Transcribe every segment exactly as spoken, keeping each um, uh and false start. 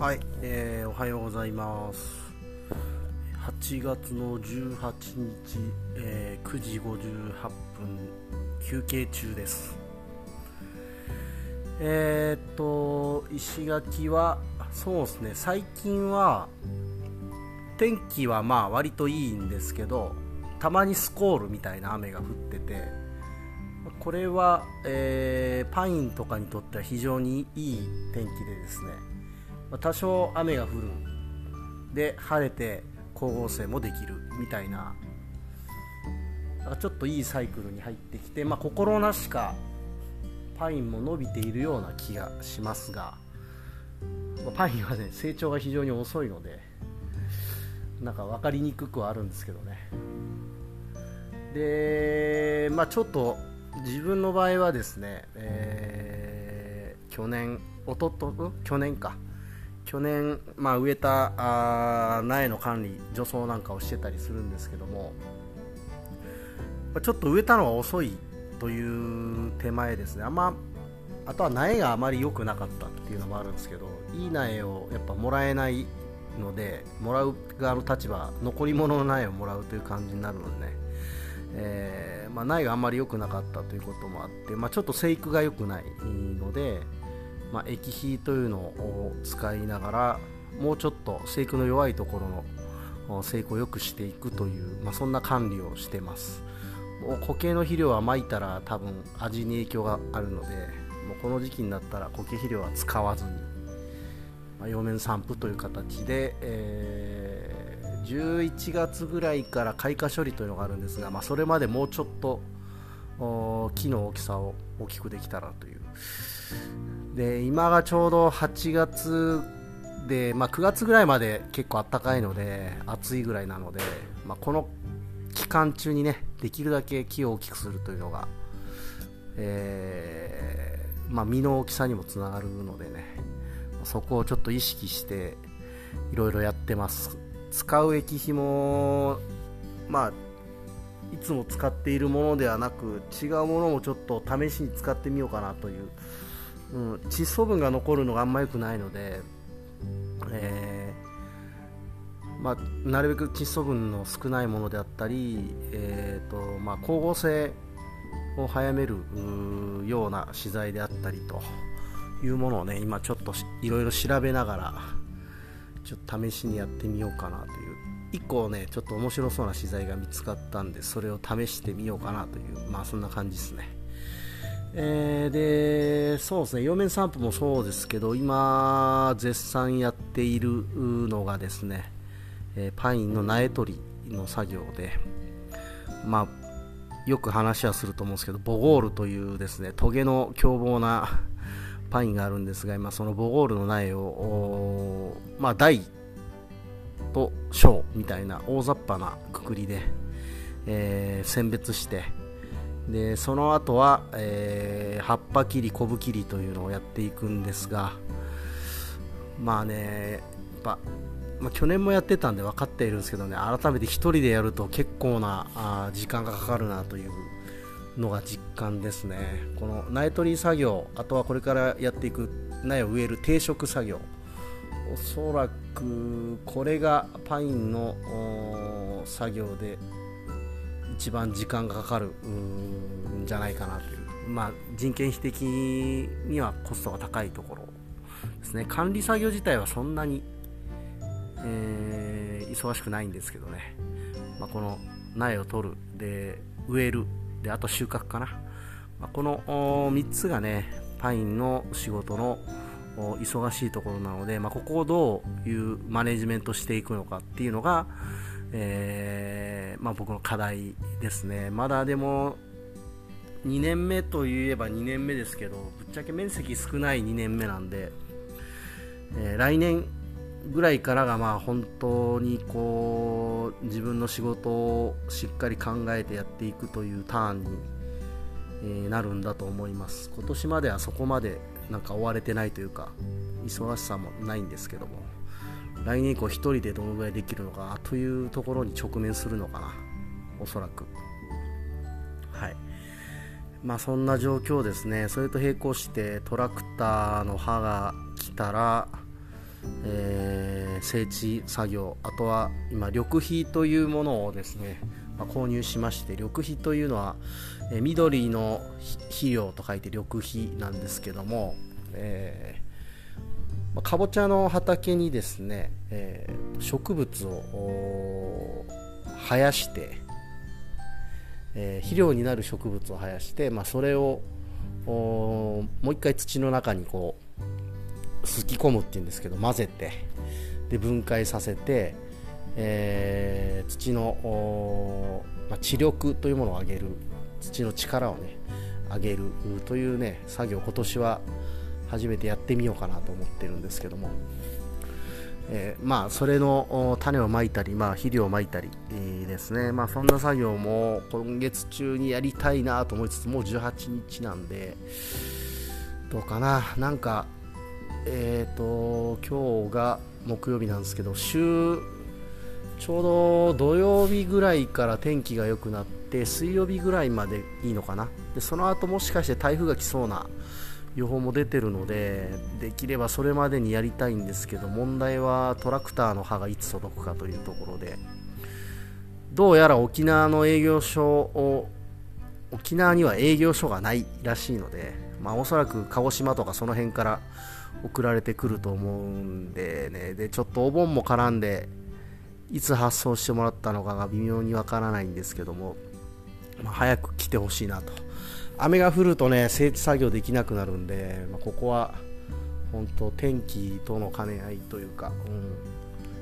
はい、えー、おはようございます。はちがつのじゅうはちにち、えー、くじごじゅうはっぷん休憩中です。えー、っと石垣はそうですね、最近は天気はまあ割といいんですけど、たまにスコールみたいな雨が降ってて、これは、えーパインとかにとっては非常にいい天気でですね、多少雨が降るで晴れて光合成もできるみたいな、ちょっといいサイクルに入ってきて、まあ、心なしかパインも伸びているような気がしますが、パインはね成長が非常に遅いのでなんか分かりにくくはあるんですけどね。で、まあ、ちょっと自分の場合はですね、えー去年おとと去年か去年、まあ、植えたあ苗の管理除草なんかをしてたりするんですけども、ちょっと植えたのが遅いという手前ですね。あんまあとは苗があまり良くなかったっていうのもあるんですけど、いい苗をやっぱもらえないので、もらう側の立場、残り物の苗をもらうという感じになるのでね、えーまあ、苗があんまり良くなかったということもあって、まあ、ちょっと生育が良くないので、まあ、液肥というのを使いながらもうちょっと生育の弱いところの生育を良くしていくという、まあ、そんな管理をしてます。もう固形の肥料は撒いたら多分味に影響があるので、もうこの時期になったら固形肥料は使わずに、まあ、葉面散布という形で、えー、じゅういちがつぐらいから開花処理というのがあるんですが、まあ、それまでもうちょっと木の大きさを大きくできたらという。で今がちょうどはちがつで、まあ、くがつぐらいまで結構暖かいので暑いぐらいなので、まあ、この期間中にねできるだけ木を大きくするというのが、えーまあ、実の大きさにもつながるのでね、そこをちょっと意識していろいろやってます。使う液肥もまあいつも使っているものではなく違うものもちょっと試しに使ってみようかなという、うん、窒素分が残るのがあんま良くないので、えーまあ、なるべく窒素分の少ないものであったり、えーとまあ、光合成を早めるような資材であったりというものをね今ちょっといろいろ調べながらちょっと試しにやってみようかなという、いっこねちょっと面白そうな資材が見つかったんで、それを試してみようかなという、まあそんな感じですね。えー、でそうですね、葉面散布もそうですけど、今絶賛やっているのがですね、えーパインの苗取りの作業で、まあよく話はすると思うんですけど、ボゴールというですねトゲの凶暴なパインがあるんですが、今そのボゴールの苗をまあ大と小みたいな大雑把なくくりで、えー選別して、でその後は、えー葉っぱ切りこぶ切りというのをやっていくんですが、まあねやっぱ、まあ、去年もやってたんで分かっているんですけどね、改めて一人でやると結構なあ時間がかかるなというのが実感ですね。この苗取り作業、あとはこれからやっていく苗を植える定植作業、おそらくこれがパインの作業で一番時間がかかるんじゃないかなという、まあ、人件費的にはコストが高いところですね。管理作業自体はそんなに、えー忙しくないんですけどね、まあ、この苗を取るで植えるであと収穫かな、まあ、このみっつがねパインの仕事の忙しいところなので、まあ、ここをどういうマネジメントしていくのかっていうのが、えーまあ、僕の課題ですね。まだでもにねんめといえばにねんめですけど、ぶっちゃけ面積少ないにねんめなんで、えー来年ぐらいからがまあ本当にこう自分の仕事をしっかり考えてやっていくというターンに、えーなるんだと思います。今年まではそこまでなんか追われてないというか忙しさもないんですけども、来年以降一人でどのぐらいできるのかというところに直面するのかな、おそらく。はい、まあそんな状況ですね。それと並行してトラクターの刃が来たら、 えー、整地作業、あとは今緑肥というものをですね、まあ、購入しまして、緑肥というのは、えー、緑の肥料と書いて緑肥なんですけども、えーまあ、かぼちゃの畑にですね、えー、植物を生やして、えー、肥料になる植物を生やして、まあ、それをもう一回土の中にこうすき込むっていうんですけど、混ぜてで分解させて、えー、土の、まあ、地力というものを上げる、土の力をね上げるというね作業を今年は初めてやってみようかなと思ってるんですけども、えー、まあそれの種をまいたり、まあ、肥料をまいたり、えー、ですね、まあ、そんな作業も今月中にやりたいなと思いつつ、もうじゅうはちにちなんでどうかな、なんかえーと今日が木曜日なんですけど、週ちょうど土曜日ぐらいから天気が良くなって水曜日ぐらいまでいいのかな。でその後もしかして台風が来そうな予報も出てるので、できればそれまでにやりたいんですけど、問題はトラクターの刃がいつ届くかというところで、どうやら沖縄の営業所を沖縄には営業所がないらしいので、まあ、おそらく鹿児島とかその辺から送られてくると思うんでね、でちょっとお盆も絡んでいつ発送してもらったのかが微妙にわからないんですけども、まあ、早く来てほしいなと。雨が降るとね整地作業できなくなるんで、まあ、ここは本当天気との兼ね合いというか、うん、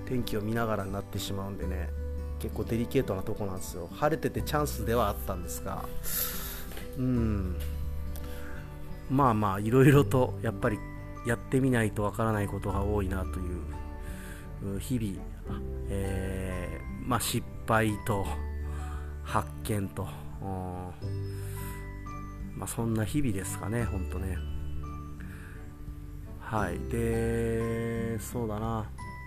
天気を見ながらになってしまうんでね、結構デリケートなとこなんですよ。晴れててチャンスではあったんですが、うんまあまあいろいろとやっぱりやってみないとわからないことが多いなという日々、えーまあ、失敗と発見と、まあ、そんな日々ですかね、ほんとね。はい。でそうだな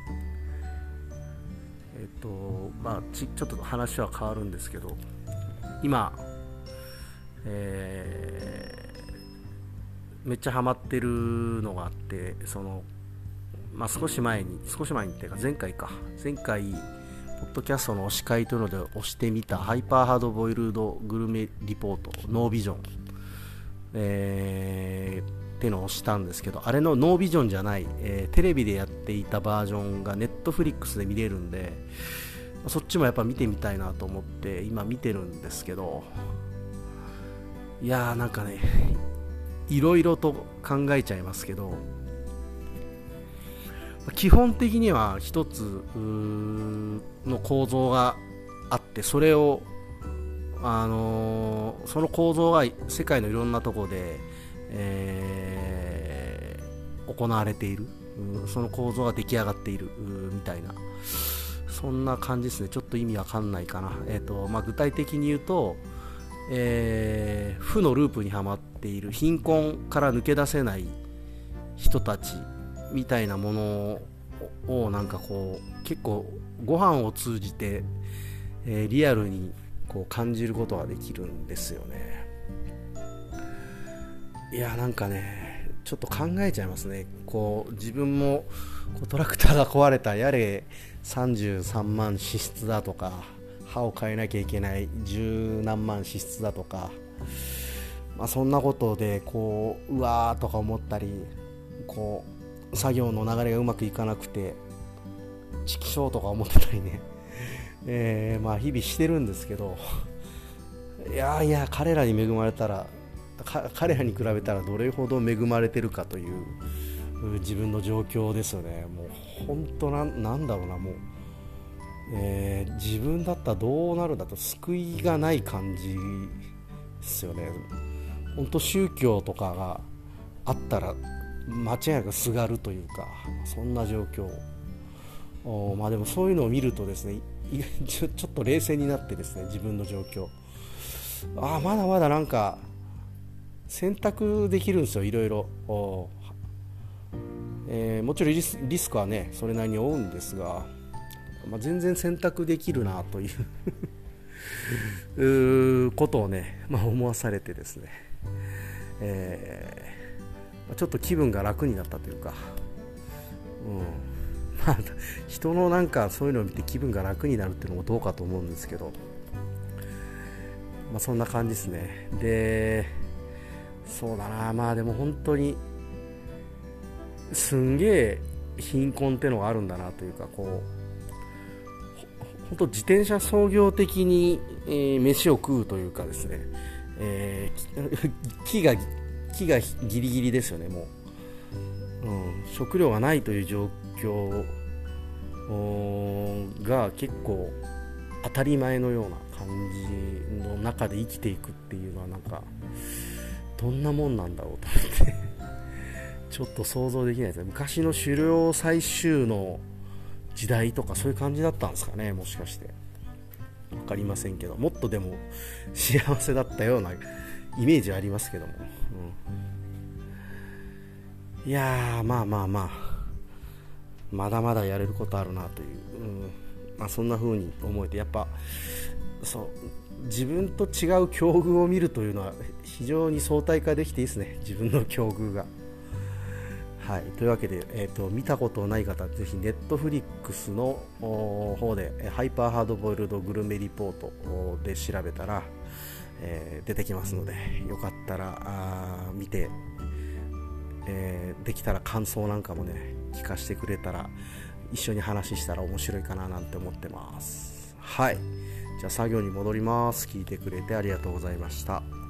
えっとまあち、ちょっと話は変わるんですけど、今、えー、めっちゃハマってるのがあって、そのまあ、少し前に少し前にっていうか前回か前回ポッドキャストの推し会というので推してみたハイパーハードボイルドグルメリポートノービジョン、えー、っていうのを推したんですけど、あれのノービジョンじゃない、えー、テレビでやっていたバージョンがネットフリックスで見れるんで、そっちもやっぱ見てみたいなと思って今見てるんですけど、いやーなんかねいろいろと考えちゃいますけど、基本的には一つの構造があって、それを、あのー、その構造が世界のいろんなところで、えー、行われている、その構造が出来上がっているみたいな、そんな感じですね。ちょっと意味わかんないかな。えーとまあ、具体的に言うと、えー、負のループにはまっている貧困から抜け出せない人たちみたいなものをなんかこう結構ご飯を通じて、えー、リアルにこう感じることができるんですよね。いやなんかねちょっと考えちゃいますね。こう自分もこうトラクターが壊れた、やれさんじゅうさんまん支出だとか、歯を変えなきゃいけない十何万支出だとか、まあ、そんなことでこううわーとか思ったり、こう作業の流れがうまくいかなくてチキショーとか思ってたりね、えー、まあ日々してるんですけど、いやいや彼らに恵まれたら彼らに比べたらどれほど恵まれてるかという自分の状況ですよね。もう本当な、なんだろうな、もう、えー、自分だったらどうなるんだと救いがない感じですよね。本当宗教とかがあったら間違いなくすがるというか、そんな状況。おまあでもそういうのを見るとですね、ちょ、ちょっと冷静になってですね、自分の状況、ああまだまだなんか選択できるんですよ、いろいろ。お、えー、もちろんリス、リスクはねそれなりに負うんですが、まあ、全然選択できるなということをね、まあ、思わされてですね、えー、ちょっと気分が楽になったというか、うんまあ人のなんかそういうのを見て気分が楽になるっていうのもどうかと思うんですけど、まあそんな感じですね。で、そうだな、まあでも本当にすんげえ貧困ってのがあるんだなというか、こう本当自転車操業的に、えー、飯を食うというかですね、えー、木が木がギリギリですよね。もう、うん、食料がないという状況が結構当たり前のような感じの中で生きていくっていうのは、なんかどんなもんなんだろうと思ってちょっと想像できないですね。昔の狩猟採集の時代とかそういう感じだったんですかね、もしかして。分かりませんけど、もっとでも幸せだったようなイメージはありますけども、うん、いやー、まあまあまあまだまだやれることあるなという、うん、まあ、そんな風に思えて、やっぱそう自分と違う境遇を見るというのは非常に相対化できていいですね、自分の境遇が。はい、というわけで、えーと、見たことない方はぜひネットフリックスの方でハイパーハードボイルドグルメリポートで調べたら、えー、出てきますので、よかったらあ見て、えー、できたら感想なんかもね聞かせてくれたら、一緒に話したら面白いかななんて思ってます。はい、じゃあ作業に戻ります。聞いてくれてありがとうございました。